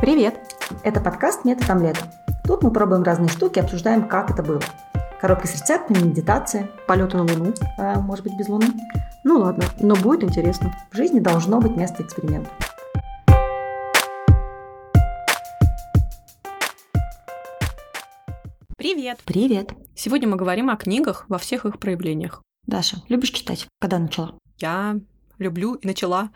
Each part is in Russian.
Привет! Это подкаст «Метод омлета». Тут мы пробуем разные штуки и обсуждаем, как это было. Коробки с рецептами, медитация, полеты на Луну. Может быть, без Луны. Ну ладно, но будет интересно. В жизни должно быть место эксперимента. Привет! Привет! Сегодня мы говорим о книгах во всех их проявлениях. Даша, любишь читать? Когда начала? Я люблю и начала.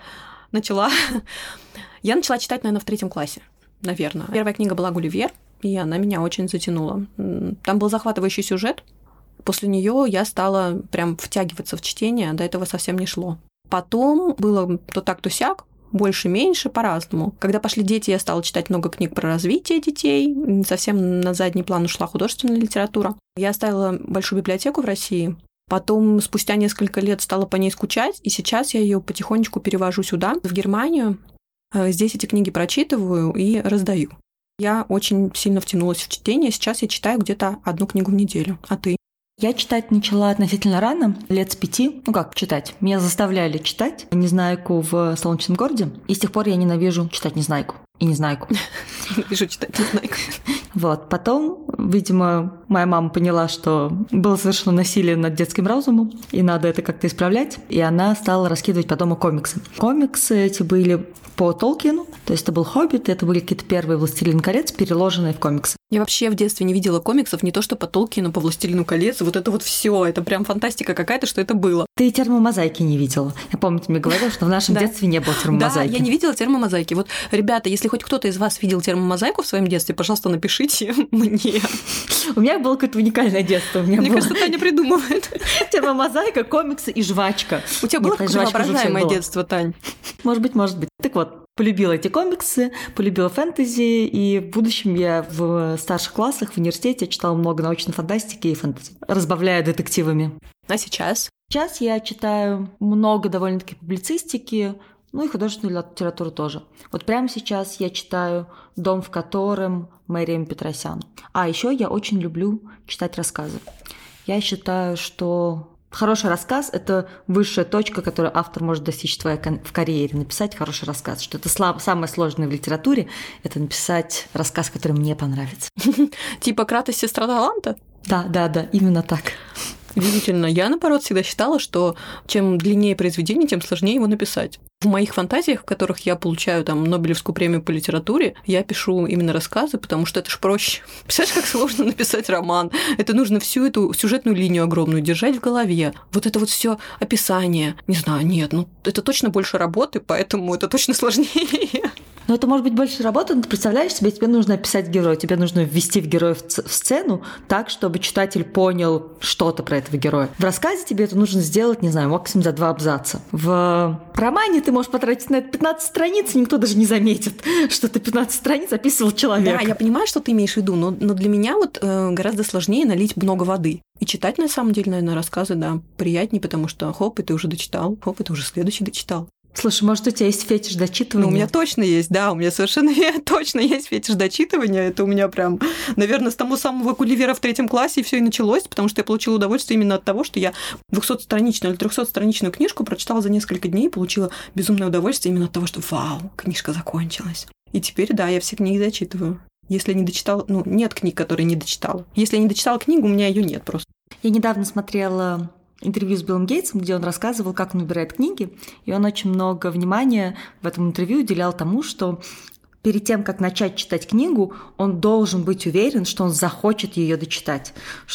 Я начала читать, наверное, в 3 классе. Наверное. Первая книга была «Гулливер», и она меня очень затянула. Там был захватывающий сюжет. После нее я стала прям втягиваться в чтение, до этого совсем не шло. Потом было то так, то сяк, больше-меньше, по-разному. Когда пошли дети, я стала читать много книг про развитие детей. Совсем на задний план ушла художественная литература. Я оставила большую библиотеку в России. Потом, спустя несколько лет, стала по ней скучать, и сейчас я ее потихонечку перевожу сюда, в Германию. Здесь эти книги прочитываю и раздаю. Я очень сильно втянулась в чтение. Сейчас я читаю где-то 1 книгу в неделю. А ты? Я читать начала относительно рано, лет с 5. Ну как читать? Меня заставляли читать «Незнайку» в «Солнечном городе». И с тех пор я ненавижу читать «Незнайку» и «Незнайку». Ненавижу читать «Незнайку». Вот. Потом, видимо, моя мама поняла, что было совершено насилие над детским разумом, и надо это как-то исправлять. И она стала раскидывать по дому комиксы. Комиксы эти были по Толкину, то есть это был «Хоббит», это были какие-то первые «Властелин колец», переложенные в комиксы. Я вообще в детстве не видела комиксов, не то что по Толкину, по «Властелину колец», вот это вот все, это прям фантастика какая-то, что это было. Ты термомозаики не видела. Я помню, ты мне говорила, что в нашем детстве не было термомозаики. Да, я не видела термомозаики. Вот, ребята, если хоть кто-то из вас видел термомозаику в своем детстве, пожалуйста, напишите мне. У меня было какое-то уникальное детство. Мне кажется, Таня придумывает. Термомозаика, комиксы и жвачка. У тебя было какое-то воображаемое детство, Тань? Может быть. Так вот, полюбила эти комиксы, полюбила фэнтези, и в будущем я в старших классах в университете читала много научной фантастики и фэнтези, разбавляя детективами. А сейчас? Сейчас я читаю много довольно-таки публицистики, ну и художественную литературу тоже. Вот прямо сейчас я читаю «Дом, в котором» Мария Петросян. А еще я очень люблю читать рассказы. Я считаю, что хороший рассказ – это высшая точка, которую автор может достичь в карьере. Написать хороший рассказ. Что это самое сложное в литературе – это написать рассказ, который мне понравится. Типа «Кратос, сестра таланта»? Да, именно так. Удивительно. Я, наоборот, всегда считала, что чем длиннее произведение, тем сложнее его написать. В моих фантазиях, в которых я получаю там Нобелевскую премию по литературе, я пишу именно рассказы, потому что это ж проще. Представляешь, как сложно написать роман? Это нужно всю эту сюжетную линию огромную держать в голове. Вот это вот все описание. Не знаю, нет, это точно больше работы, поэтому это точно сложнее. Но это может быть больше работы, но ты представляешь себе, тебе нужно описать героя, тебе нужно ввести в героя в сцену так, чтобы читатель понял что-то про этого героя. В рассказе тебе это нужно сделать, не знаю, максимум за 2 абзаца. В романе ты можешь потратить на это 15 страниц, и никто даже не заметит, что ты 15 страниц описывал человека. Да, я понимаю, что ты имеешь в виду, но для меня вот гораздо сложнее налить много воды. И читать, на самом деле, наверное, рассказы, да, приятнее, потому что хоп, и ты уже дочитал, хоп, и ты уже следующий дочитал. Слушай, может, у тебя есть фетиш дочитывания? У меня точно есть, да, у меня совершенно точно есть фетиш дочитывания. Это у меня прям, наверное, с того самого «Гулливера» в 3 классе все и началось, потому что я получила удовольствие именно от того, что я 200-страничную или 300-страничную книжку прочитала за несколько дней и получила безумное удовольствие именно от того, что вау, книжка закончилась. И теперь, да, я все книги дочитываю. Если не дочитала, нет книг, которые не дочитала. Если я не дочитала книгу, у меня ее нет просто. Я недавно смотрела интервью с Биллом Гейтсом, где он рассказывал, как он выбирает книги, и он очень много внимания в этом интервью уделял тому, что перед тем, как начать читать книгу, он должен быть уверен, что он захочет ее дочитать,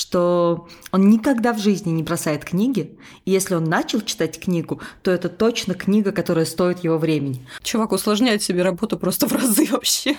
что он никогда в жизни не бросает книги, и если он начал читать книгу, то это точно книга, которая стоит его времени. Чувак усложняет себе работу просто в разы вообще.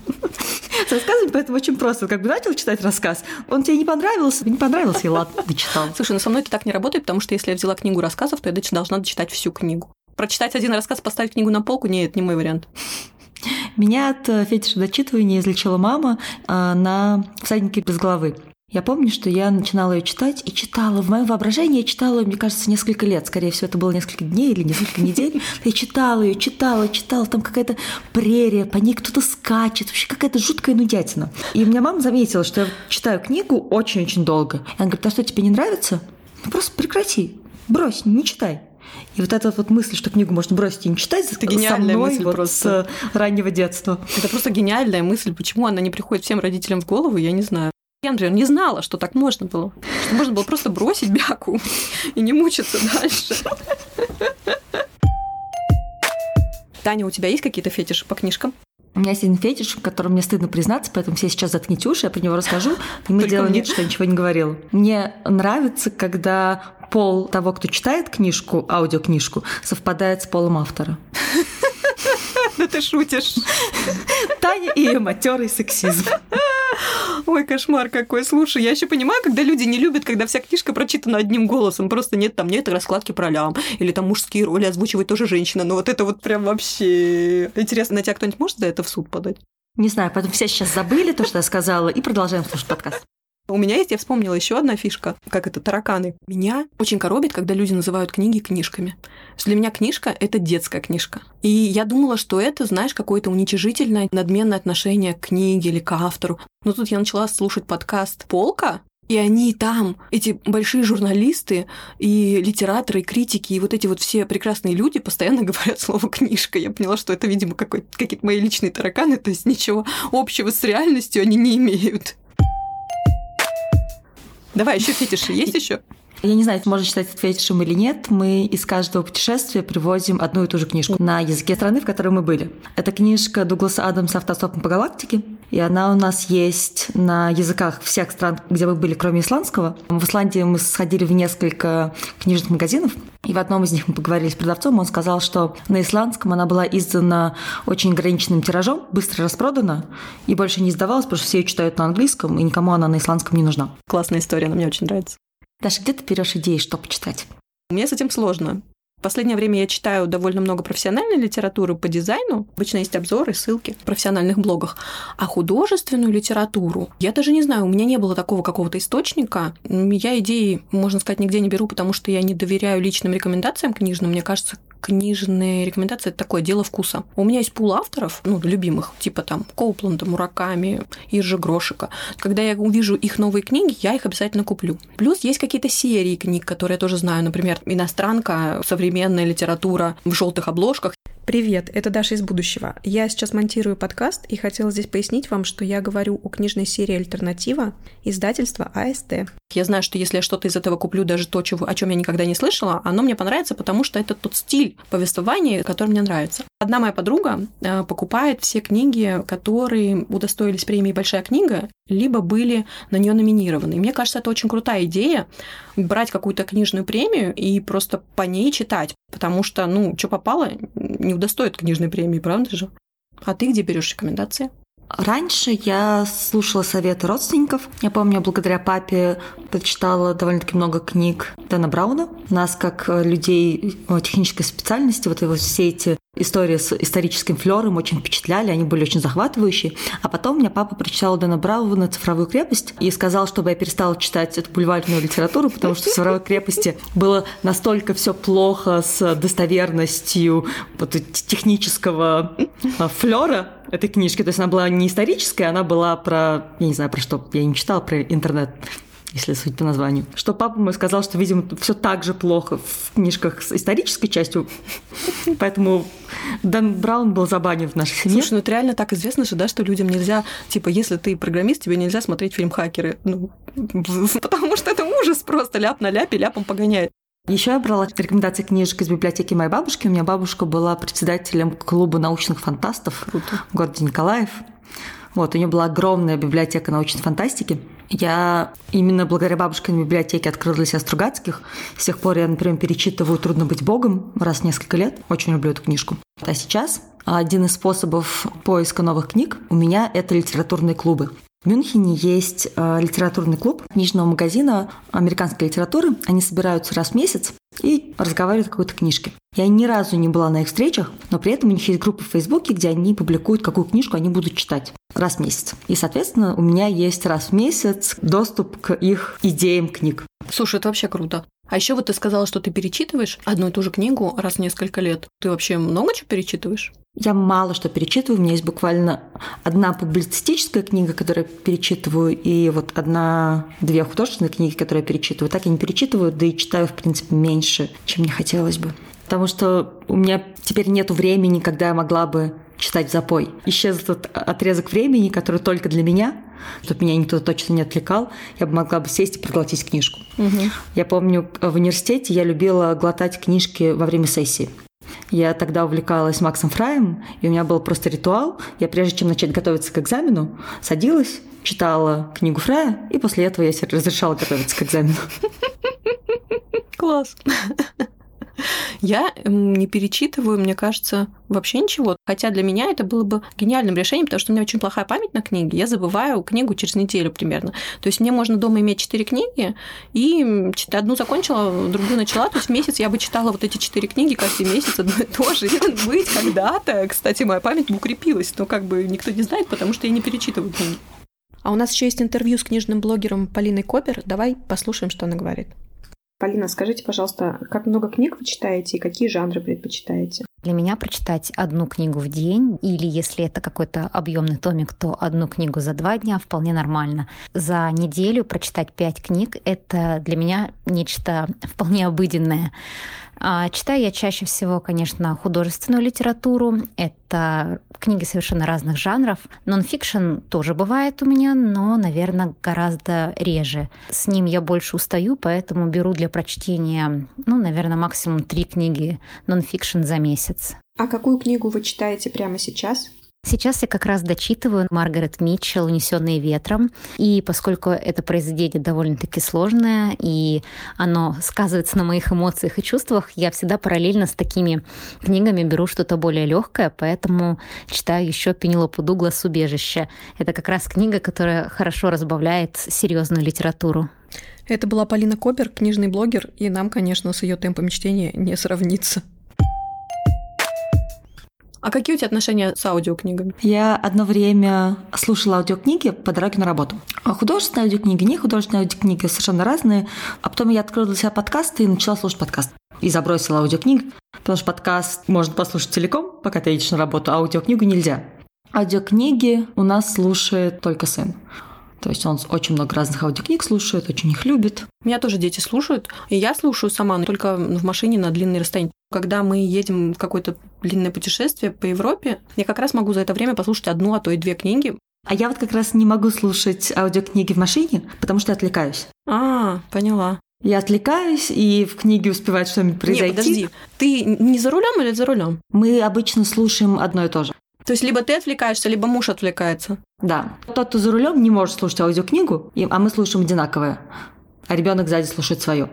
С рассказами поэтому очень просто. Как бы начал читать рассказ, он тебе не понравился, и ладно, дочитал. Слушай, со мной это так не работает, потому что если я взяла книгу рассказов, то я должна дочитать всю книгу. Прочитать один рассказ, поставить книгу на полку – нет, это не мой вариант. Меня от фетиша дочитывания излечила мама на «Всаднике без головы». Я помню, что я начинала ее читать и читала. В моем воображении я читала, мне кажется, несколько лет. Скорее всего, это было несколько дней или несколько недель. Я читала ее, читала. Там какая-то прерия, по ней кто-то скачет. Вообще какая-то жуткая нудятина. И у меня мама заметила, что я читаю книгу очень-очень долго. И она говорит: а что, тебе не нравится? Просто прекрати, брось, не читай. И вот эта вот мысль, что книгу можно бросить и не читать, это гениальная мысль вот просто. С раннего детства. Это просто гениальная мысль. Почему она не приходит всем родителям в голову, я не знаю. Я, например, не знала, что так можно было. Что можно было просто бросить бяку и не мучиться дальше. Таня, у тебя есть какие-то фетиши по книжкам? У меня есть один фетиш, в котором мне стыдно признаться, поэтому все сейчас заткните уши, я про него расскажу, и мы делаем вид, что я ничего не говорила. Мне нравится, когда пол того, кто читает книжку, аудиокнижку, совпадает с полом автора. Да ты шутишь. Таня и ее матерый сексизм. Ой, кошмар какой. Слушай, я еще понимаю, когда люди не любят, когда вся книжка прочитана одним голосом. Просто нет раскладки по ролям. Или там мужские роли озвучивает тоже женщина. Но вот это вот прям вообще... Интересно, на тебя кто-нибудь может за это в суд подать? Не знаю, поэтому все сейчас забыли то, что я сказала, и продолжаем слушать подкаст. У меня есть, я вспомнила еще одна фишка, как это, тараканы. Меня очень коробит, когда люди называют книги книжками. Для меня книжка — это детская книжка. И я думала, что это, знаешь, какое-то уничижительное, надменное отношение к книге или к автору. Но тут я начала слушать подкаст «Полка», и они там, эти большие журналисты и литераторы, и критики, и вот эти вот все прекрасные люди постоянно говорят слово «книжка». Я поняла, что это, видимо, какие-то мои личные тараканы, то есть ничего общего с реальностью они не имеют. Давай, еще фетиши есть еще? Я не знаю, можно считать это фетишем или нет. Мы из каждого путешествия привозим одну и ту же книжку на языке страны, в которой мы были. Это книжка Дугласа Адамса «Автостопом по галактике». И она у нас есть на языках всех стран, где мы были, кроме исландского. В Исландии мы сходили в несколько книжных магазинов. И в одном из них мы поговорили с продавцом. Он сказал, что на исландском она была издана очень ограниченным тиражом, быстро распродана и больше не издавалась, потому что все ее читают на английском, и никому она на исландском не нужна. Классная история, она мне очень нравится. Даша, где ты берешь идеи, что почитать? Мне с этим сложно. В последнее время я читаю довольно много профессиональной литературы по дизайну. Обычно есть обзоры, ссылки в профессиональных блогах. А художественную литературу я даже не знаю, у меня не было такого какого-то источника. Я идеи, можно сказать, нигде не беру, потому что я не доверяю личным рекомендациям книжным. Мне кажется, книжные рекомендации – это такое дело вкуса. У меня есть пул авторов, любимых, типа там Коупланда, Мураками, Иржи Грошика. Когда я увижу их новые книги, я их обязательно куплю. Плюс есть какие-то серии книг, которые я тоже знаю. Например, «Иностранка», современная литература в желтых обложках. Привет, это Даша из будущего. Я сейчас монтирую подкаст и хотела здесь пояснить вам, что я говорю о книжной серии «Альтернатива» издательства АСТ. Я знаю, что если я что-то из этого куплю, даже то, о чем я никогда не слышала, оно мне понравится, потому что это тот стиль повествования, который мне нравится. Одна моя подруга покупает все книги, которые удостоились премии «Большая книга», либо были на нее номинированы. И мне кажется, это очень крутая идея брать какую-то книжную премию и просто по ней читать, потому что, что попало, не удостоит книжной премии, правда же? А ты где берешь рекомендации? Раньше я слушала советы родственников. Я помню, благодаря папе прочитала довольно-таки много книг Дэна Брауна. Нас, как людей технической специальности, вот его все эти истории с историческим флёром очень впечатляли, они были очень захватывающие. А потом у меня папа прочитал Дэна Брауна «Цифровую крепость» и сказал, чтобы я перестала читать эту бульварную литературу, потому что в «Цифровой крепости» было настолько все плохо с достоверностью технического флёра этой книжки. То есть она была не историческая, она была про, я не знаю, про что, я не читала, про интернет, если судить по названию. Что папа мой сказал, что, видимо, все так же плохо в книжках с исторической частью, поэтому Дэн Браун был забанен в нашей семье. Слушай, это реально так известно же, да, что людям нельзя, если ты программист, тебе нельзя смотреть фильм «Хакеры», потому что это ужас просто, ляп на ляпе, ляпом погоняет. Еще я брала рекомендации книжек из библиотеки моей бабушки. У меня бабушка была председателем клуба научных фантастов в городе Николаев. У нее была огромная библиотека научной фантастики. Я именно благодаря бабушкиной библиотеке открыла для себя Стругацких. С тех пор я, например, перечитываю «Трудно быть богом» раз в несколько лет. Очень люблю эту книжку. А сейчас один из способов поиска новых книг у меня – это литературные клубы. В Мюнхене есть литературный клуб книжного магазина американской литературы. Они собираются раз в месяц и разговаривают о какой-то книжке. Я ни разу не была на их встречах, но при этом у них есть группа в Фейсбуке, где они публикуют, какую книжку они будут читать раз в месяц. И, соответственно, у меня есть раз в месяц доступ к их идеям книг. Слушай, это вообще круто. А еще вот ты сказала, что ты перечитываешь одну и ту же книгу раз в несколько лет. Ты вообще много чего перечитываешь? Я мало что перечитываю. У меня есть буквально одна публицистическая книга, которую я перечитываю, и вот одна-две художественные книги, которые я перечитываю. Так я не перечитываю, да и читаю, в принципе, меньше, чем мне хотелось бы. Потому что у меня теперь нет времени, когда я могла бы читать в запой. Исчез тот отрезок времени, который только для меня, чтобы меня никто точно не отвлекал. Я бы могла бы сесть и проглотить книжку. Я помню, в университете я любила глотать книжки во время сессии. Я тогда увлекалась Максом Фраем, и у меня был просто ритуал. Я, прежде чем начать готовиться к экзамену, садилась, читала книгу Фрая, и после этого я себе разрешала готовиться к экзамену. Класс. Я не перечитываю, мне кажется, вообще ничего. Хотя для меня это было бы гениальным решением, потому что у меня очень плохая память на книги. Я забываю книгу через неделю примерно. То есть мне можно дома иметь 4 книги, и одну закончила, другую начала. То есть месяц я бы читала вот эти 4 книги каждый месяц, одно и то же. И, может быть, когда-то, кстати, моя память бы укрепилась. Но как бы никто не знает, потому что я не перечитываю книги. А у нас еще есть интервью с книжным блогером Полиной Копер. Давай послушаем, что она говорит. Полина, скажите, пожалуйста, как много книг вы читаете и какие жанры предпочитаете? Для меня прочитать одну книгу в день, или если это какой-то объемный томик, то одну книгу за 2 дня вполне нормально. За неделю прочитать 5 книг — это для меня нечто вполне обыденное. Читаю я чаще всего, конечно, художественную литературу. Это книги совершенно разных жанров. Нон-фикшн тоже бывает у меня, но, наверное, гораздо реже. С ним я больше устаю, поэтому беру для прочтения, наверное, максимум 3 книги нон-фикшн за месяц. А какую книгу вы читаете прямо сейчас? Сейчас я как раз дочитываю Маргарет Митчелл «Унесённые ветром». И поскольку это произведение довольно-таки сложное, и оно сказывается на моих эмоциях и чувствах, я всегда параллельно с такими книгами беру что-то более легкое, поэтому читаю еще Пенелопу Дуглас «Убежище». Это как раз книга, которая хорошо разбавляет серьезную литературу. Это была Полина Копер, книжный блогер, и нам, конечно, с ее темпом чтения не сравнится. А какие у тебя отношения с аудиокнигами? Я одно время слушала аудиокниги по дороге на работу. Художественные аудиокниги, не художественные аудиокниги совершенно разные. А потом я открыла для себя подкасты и начала слушать подкаст. И забросила аудиокниги, потому что подкаст можно послушать целиком, пока ты едешь на работу, а аудиокнигу нельзя. Аудиокниги у нас слушает только сын. То есть он очень много разных аудиокниг слушает, очень их любит. Меня тоже дети слушают, и я слушаю сама, но только в машине на длинные расстояния. Когда мы едем в какое-то длинное путешествие по Европе, я как раз могу за это время послушать 1, а то и 2 книги. А я вот как раз не могу слушать аудиокниги в машине, потому что я отвлекаюсь. Поняла. Я отвлекаюсь, и в книге успевает что-нибудь произойти. Нет, подожди, ты не за рулем или за рулем? Мы обычно слушаем одно и то же. То есть либо ты отвлекаешься, либо муж отвлекается. Да. Тот, кто за рулем, не может слушать аудиокнигу, а мы слушаем одинаковое. А ребенок сзади слушает свое.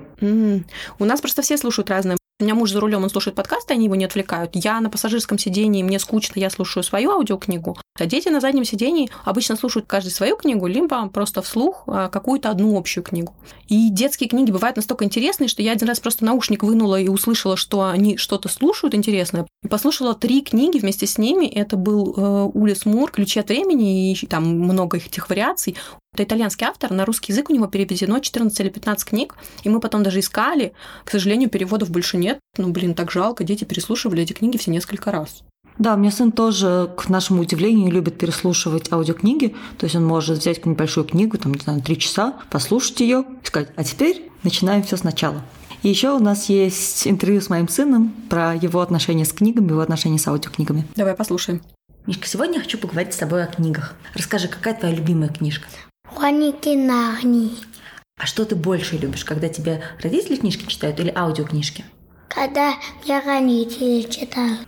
У нас просто все слушают разное. У меня муж за рулем, он слушает подкасты, они его не отвлекают. Я на пассажирском сидении, мне скучно, я слушаю свою аудиокнигу. А дети на заднем сидении обычно слушают каждый свою книгу, либо просто вслух какую-то одну общую книгу. И детские книги бывают настолько интересные, что я один раз просто наушник вынула и услышала, что они что-то слушают интересное. И послушала 3 книги вместе с ними. Это был Улис Мур «Ключи от времени», и там много этих вариаций. Это итальянский автор, на русский язык у него переведено 14 или 15 книг, и мы потом даже искали. К сожалению, переводов больше нет. Так жалко, дети переслушивали эти книги все несколько раз. Да, у меня сын тоже, к нашему удивлению, любит переслушивать аудиокниги. То есть он может взять какую-нибудь большую книгу, 3 часа, послушать ее и сказать: а теперь начинаем все сначала. И еще у нас есть интервью с моим сыном про его отношения с книгами, его отношения с аудиокнигами. Давай послушаем. Мишка, сегодня я хочу поговорить с тобой о книгах. Расскажи, какая твоя любимая книжка? «Хроники Нарнии». А что ты больше любишь, когда тебе родители книжки читают или аудиокнижки? Когда мне родители читают,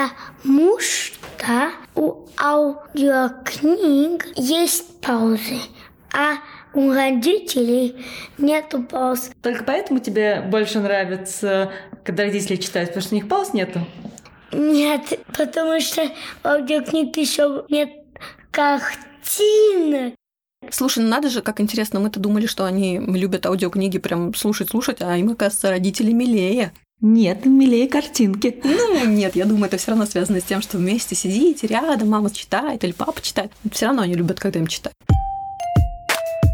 потому что у аудиокниг есть паузы, а у родителей нету пауз. Только поэтому тебе больше нравится, когда родители читают, потому что у них пауз нету? Нет, потому что в аудиокниг еще нет картинок. Слушай, надо же, как интересно, мы-то думали, что они любят аудиокниги прям слушать, а им, оказывается, родители милее. Нет, милее картинки. Нет, я думаю, это все равно связано с тем, что вместе сидите рядом, мама читает или папа читает. Все равно они любят, когда им читают.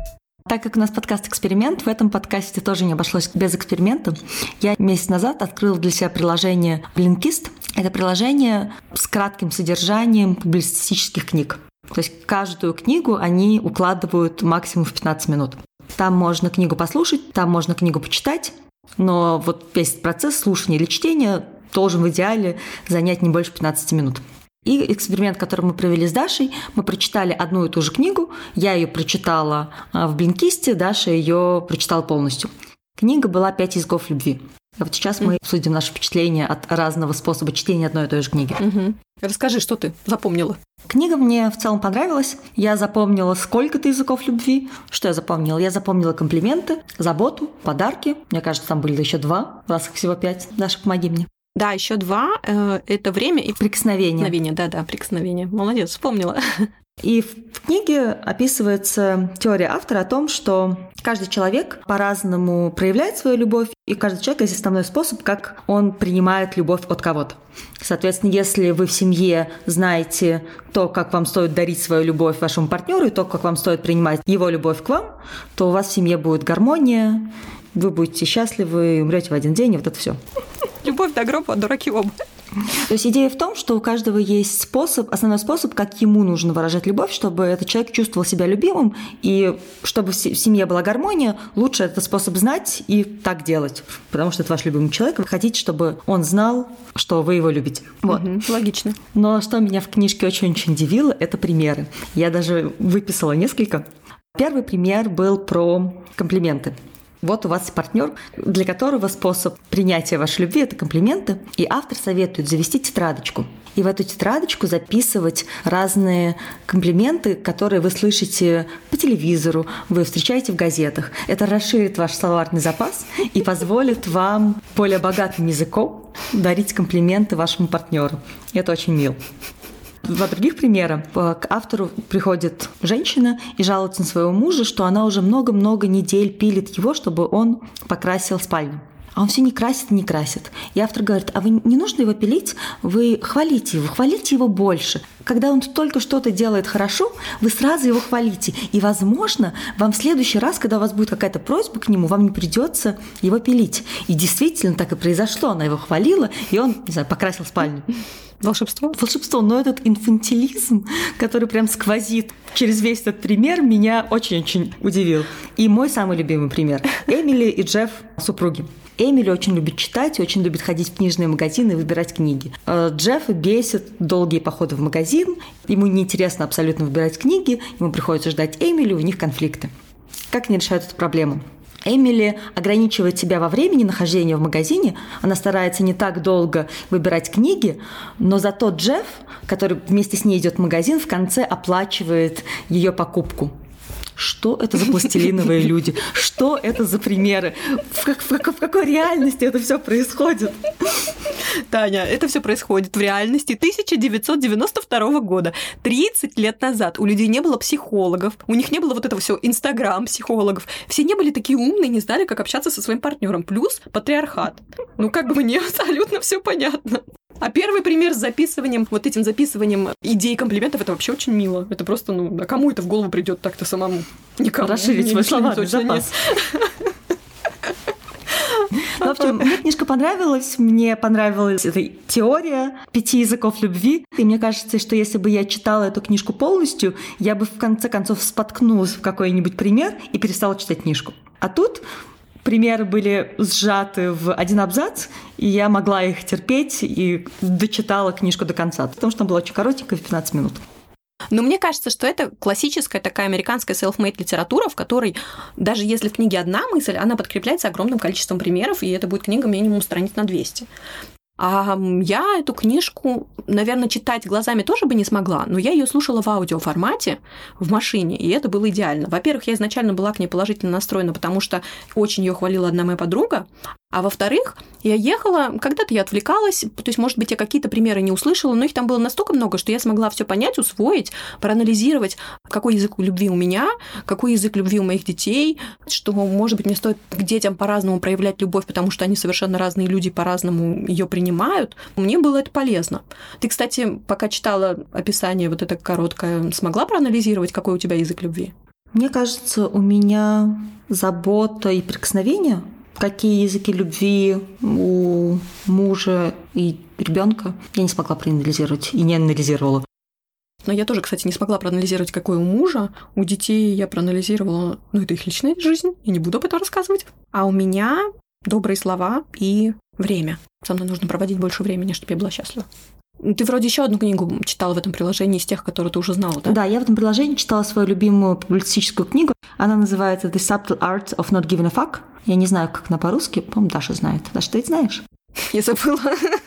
Так как у нас подкаст-эксперимент, в этом подкасте тоже не обошлось без эксперимента. Я месяц назад открыла для себя приложение Blinkist. Это приложение с кратким содержанием публицистических книг. То есть каждую книгу они укладывают максимум в 15 минут. Там можно книгу послушать, там можно книгу почитать, но вот весь процесс слушания или чтения должен в идеале занять не больше 15 минут. И эксперимент, который мы провели с Дашей, мы прочитали одну и ту же книгу, я ее прочитала в Блинкисте, Даша ее прочитала полностью. Книга была «5 языков любви». А вот сейчас мы обсудим наши впечатления от разного способа чтения одной и той же книги. Расскажи, что ты запомнила? Книга мне в целом понравилась. Я запомнила сколько-то языков любви. Что я запомнила? Я запомнила комплименты, заботу, подарки. Мне кажется, там были еще 2, у вас их всего 5. Даша, помоги мне. Да, еще 2 – это время и прикосновение. Да, прикосновение. Молодец, вспомнила. И в книге описывается теория автора о том, что каждый человек по-разному проявляет свою любовь, и у каждого человека есть основной способ, как он принимает любовь от кого-то. Соответственно, если вы в семье знаете то, как вам стоит дарить свою любовь вашему партнеру, и то, как вам стоит принимать его любовь к вам, то у вас в семье будет гармония, вы будете счастливы, умрете в один день, и вот это все. Любовь до гроба, дураки оба. То есть идея в том, что у каждого есть способ, основной способ, как ему нужно выражать любовь, чтобы этот человек чувствовал себя любимым, и чтобы в семье была гармония, лучше этот способ знать и так делать, потому что это ваш любимый человек, вы хотите, чтобы он знал, что вы его любите. Вот. Логично. Но что меня в книжке очень-очень удивило, это примеры. Я даже выписала несколько. Первый пример был про комплименты. Вот у вас партнер, для которого способ принятия вашей любви – это комплименты, и автор советует завести тетрадочку. И в эту тетрадочку записывать разные комплименты, которые вы слышите по телевизору, вы встречаете в газетах. Это расширит ваш словарный запас и позволит вам более богатым языком дарить комплименты вашему партнеру. И это очень мило. Два других примера. К автору приходит женщина и жалуется на своего мужа, что она уже много-много недель пилит его, чтобы он покрасил спальню. А он все не красит и не красит. И автор говорит, а вы не нужно его пилить, вы хвалите его больше. Когда он только что-то делает хорошо, вы сразу его хвалите. И, возможно, вам в следующий раз, когда у вас будет какая-то просьба к нему, вам не придется его пилить. И действительно так и произошло. Она его хвалила, и он, не знаю, покрасил спальню. Волшебство? Волшебство, но этот инфантилизм, который прям сквозит через весь этот пример, меня очень-очень удивил. И мой самый любимый пример. Эмили и Джефф – супруги. Эмили очень любит читать, очень любит ходить в книжные магазины и выбирать книги. Джеффа бесит долгие походы в магазин, ему неинтересно абсолютно выбирать книги, ему приходится ждать Эмили, у них конфликты. Как они решают эту проблему? Эмили ограничивает себя во времени нахождения в магазине, она старается не так долго выбирать книги, но зато Джефф, который вместе с ней идет в магазин, в конце оплачивает ее покупку. Что это за пластилиновые люди? Что это за примеры? В какой реальности это все происходит? Таня, это все происходит в реальности 1992 года. 30 лет назад у людей не было психологов, у них не было вот этого всего инстаграм-психологов. Все не были такие умные, не знали, как общаться со своим партнером. Плюс патриархат. Ну, как бы мне абсолютно все понятно. А первый пример с записыванием, вот этим записыванием идей комплиментов, это вообще очень мило. Это просто, а кому это в голову придет так-то самому? Никому. Расширить свой словарный запас. В общем, мне книжка понравилась, мне понравилась эта теория 5 языков любви. И мне кажется, что если бы я читала эту книжку полностью, я бы в конце концов споткнулась в какой-нибудь пример и перестала читать книжку. А тут примеры были сжаты в один абзац, и я могла их терпеть и дочитала книжку до конца, потому что она была очень коротенькая, в 15 минут. Но мне кажется, что это классическая такая американская self-made литература, в которой даже если в книге одна мысль, она подкрепляется огромным количеством примеров, и это будет книга минимум страниц на 200. А я эту книжку, наверное, читать глазами тоже бы не смогла, но я ее слушала в аудиоформате в машине, и это было идеально. Во-первых, я изначально была к ней положительно настроена, потому что очень ее хвалила одна моя подруга, а во-вторых, я ехала, когда-то я отвлекалась, то есть, может быть, я какие-то примеры не услышала, но их там было настолько много, что я смогла все понять, усвоить, проанализировать, какой язык любви у меня, какой язык любви у моих детей, что, может быть, мне стоит к детям по-разному проявлять любовь, потому что они совершенно разные люди, по-разному ее принимают. Мне было это полезно. Ты, кстати, пока читала описание вот это короткое, смогла проанализировать, какой у тебя язык любви? Мне кажется, у меня забота и прикосновение, какие языки любви у мужа и ребенка, я не смогла проанализировать и не анализировала. Но я тоже, кстати, не смогла проанализировать, какой у мужа. У детей я проанализировала, это их личная жизнь, я не буду об этом рассказывать. А у меня добрые слова и время. Со мной нужно проводить больше времени, чтобы я была счастлива. Ты вроде еще одну книгу читала в этом приложении из тех, которые ты уже знала, да? Да, я в этом приложении читала свою любимую публицистическую книгу. Она называется «The Subtle Art of Not Giving a Fuck». Я не знаю, как она по-русски. По-моему, Даша знает. Даша, ты ведь знаешь? Я забыла.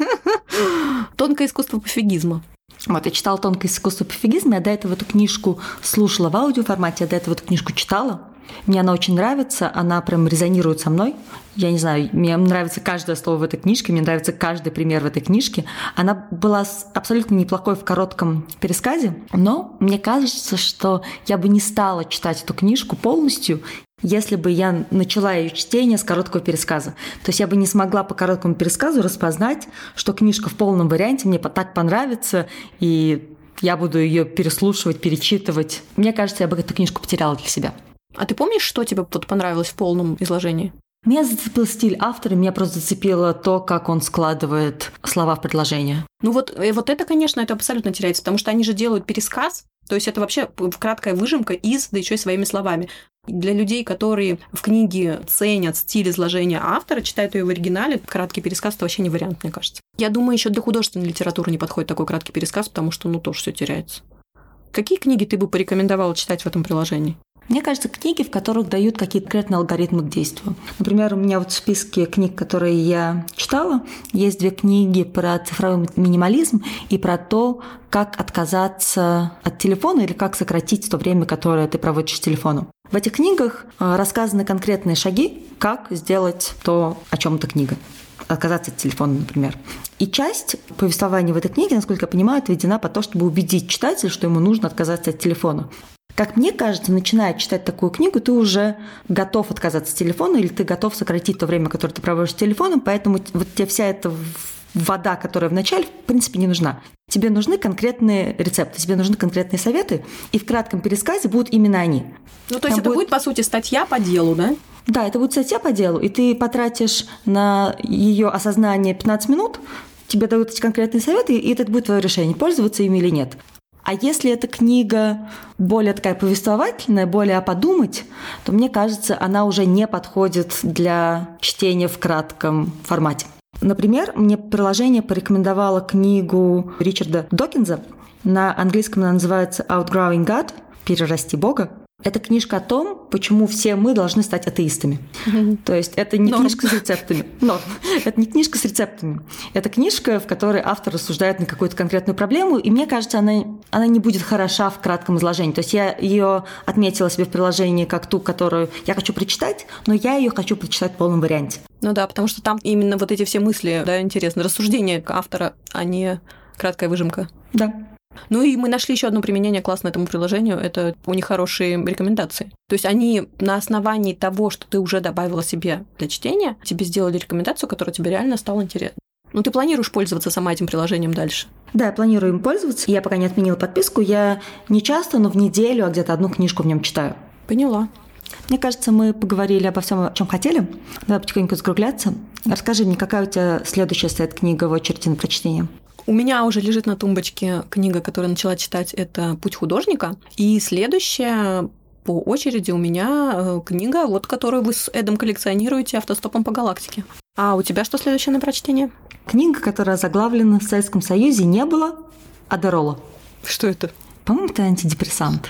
«Тонкое искусство пофигизма». Вот, я читала «Тонкое искусство пофигизма», я до этого эту книжку слушала в аудиоформате, я до этого эту книжку читала. Мне она очень нравится, она прям резонирует со мной. Я не знаю, мне нравится каждое слово в этой книжке, мне нравится каждый пример в этой книжке. Она была абсолютно неплохой в коротком пересказе, но мне кажется, что я бы не стала читать эту книжку полностью, если бы я начала ее чтение с короткого пересказа. То есть я бы не смогла по короткому пересказу распознать, что книжка в полном варианте мне так понравится, и я буду ее переслушивать, перечитывать. Мне кажется, я бы эту книжку потеряла для себя. А ты помнишь, что тебе понравилось в полном изложении? Меня зацепил стиль автора, меня просто зацепило то, как он складывает слова в предложение. Вот это, конечно, это абсолютно теряется, потому что они же делают пересказ, то есть это вообще краткая выжимка из, да еще и своими словами. Для людей, которые в книге ценят стиль изложения автора, читают ее в оригинале, краткий пересказ – это вообще не вариант, мне кажется. Я думаю, еще для художественной литературы не подходит такой краткий пересказ, потому что, тоже все теряется. Какие книги ты бы порекомендовала читать в этом приложении? Мне кажется, книги, в которых дают какие-то конкретные алгоритмы к действию. Например, у меня в списке книг, которые я читала, есть 2 книги про цифровой минимализм и про то, как отказаться от телефона или как сократить то время, которое ты проводишь с телефоном. В этих книгах рассказаны конкретные шаги, как сделать то, о чем эта книга. Отказаться от телефона, например. И часть повествования в этой книге, насколько я понимаю, отведена по то, чтобы убедить читателя, что ему нужно отказаться от телефона. Как мне кажется, начиная читать такую книгу, ты уже готов отказаться от телефона или ты готов сократить то время, которое ты проводишь с телефоном, поэтому вот тебе вся эта вода, которая в начале, в принципе, не нужна. Тебе нужны конкретные рецепты, тебе нужны конкретные советы, и в кратком пересказе будут именно они. То есть это будет, по сути, статья по делу, да? Да, это будет статья по делу, и ты потратишь на ее осознание 15 минут, тебе дают эти конкретные советы, и это будет твое решение, пользоваться ими или нет. А если эта книга более такая повествовательная, более подумать, то, мне кажется, она уже не подходит для чтения в кратком формате. Например, мне приложение порекомендовало книгу Ричарда Докинза. На английском она называется «Outgrowing God» – «Перерасти Бога». Это книжка о том, почему все мы должны стать атеистами. То есть это не книжка с рецептами. Это не книжка с рецептами. Это книжка, в которой автор рассуждает на какую-то конкретную проблему, и мне кажется, она не будет хороша в кратком изложении. То есть я ее отметила себе в приложении как ту, которую я хочу прочитать, но я ее хочу прочитать в полном варианте. Да, потому что там именно вот эти все мысли, да, интересно, рассуждения автора, а не краткая выжимка. Да. И мы нашли еще одно применение классно этому приложению. Это у них хорошие рекомендации. То есть они на основании того, что ты уже добавила себе для чтения, тебе сделали рекомендацию, которая тебе реально стала интересна. Ты планируешь пользоваться сама этим приложением дальше? Да, я планирую им пользоваться. Я пока не отменила подписку. Я не часто, но в неделю, а где-то одну книжку в нем читаю. Поняла. Мне кажется, мы поговорили обо всем, о чем хотели. Давай потихоньку закругляться. Расскажи мне, какая у тебя следующая стоит книга в очереди на прочтение? У меня уже лежит на тумбочке книга, которую начала читать, это «Путь художника». И следующая по очереди у меня книга, которую вы с Эдом коллекционируете, «Автостопом по галактике». А у тебя что следующее на прочтение? Книга, которая заглавлена «В Советском Союзе не было Адерола». Что это? По-моему, это антидепрессант.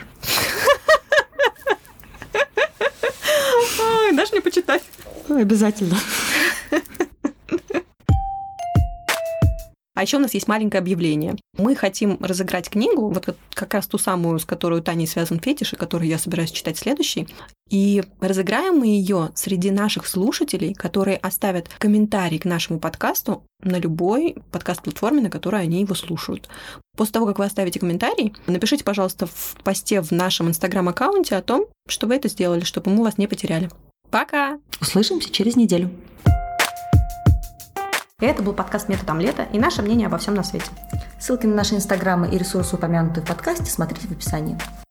Дашь мне почитать? Обязательно. А еще у нас есть маленькое объявление. Мы хотим разыграть книгу, как раз ту самую, с которой у Тани связан фетиш, и которую я собираюсь читать следующий. И разыграем мы ее среди наших слушателей, которые оставят комментарий к нашему подкасту на любой подкаст-платформе, на которой они его слушают. После того, как вы оставите комментарий, напишите, пожалуйста, в посте в нашем Инстаграм-аккаунте о том, что вы это сделали, чтобы мы вас не потеряли. Пока! Услышимся через неделю. Это был подкаст «Метод омлета» и наше мнение обо всем на свете. Ссылки на наши инстаграмы и ресурсы, упомянутые в подкасте, смотрите в описании.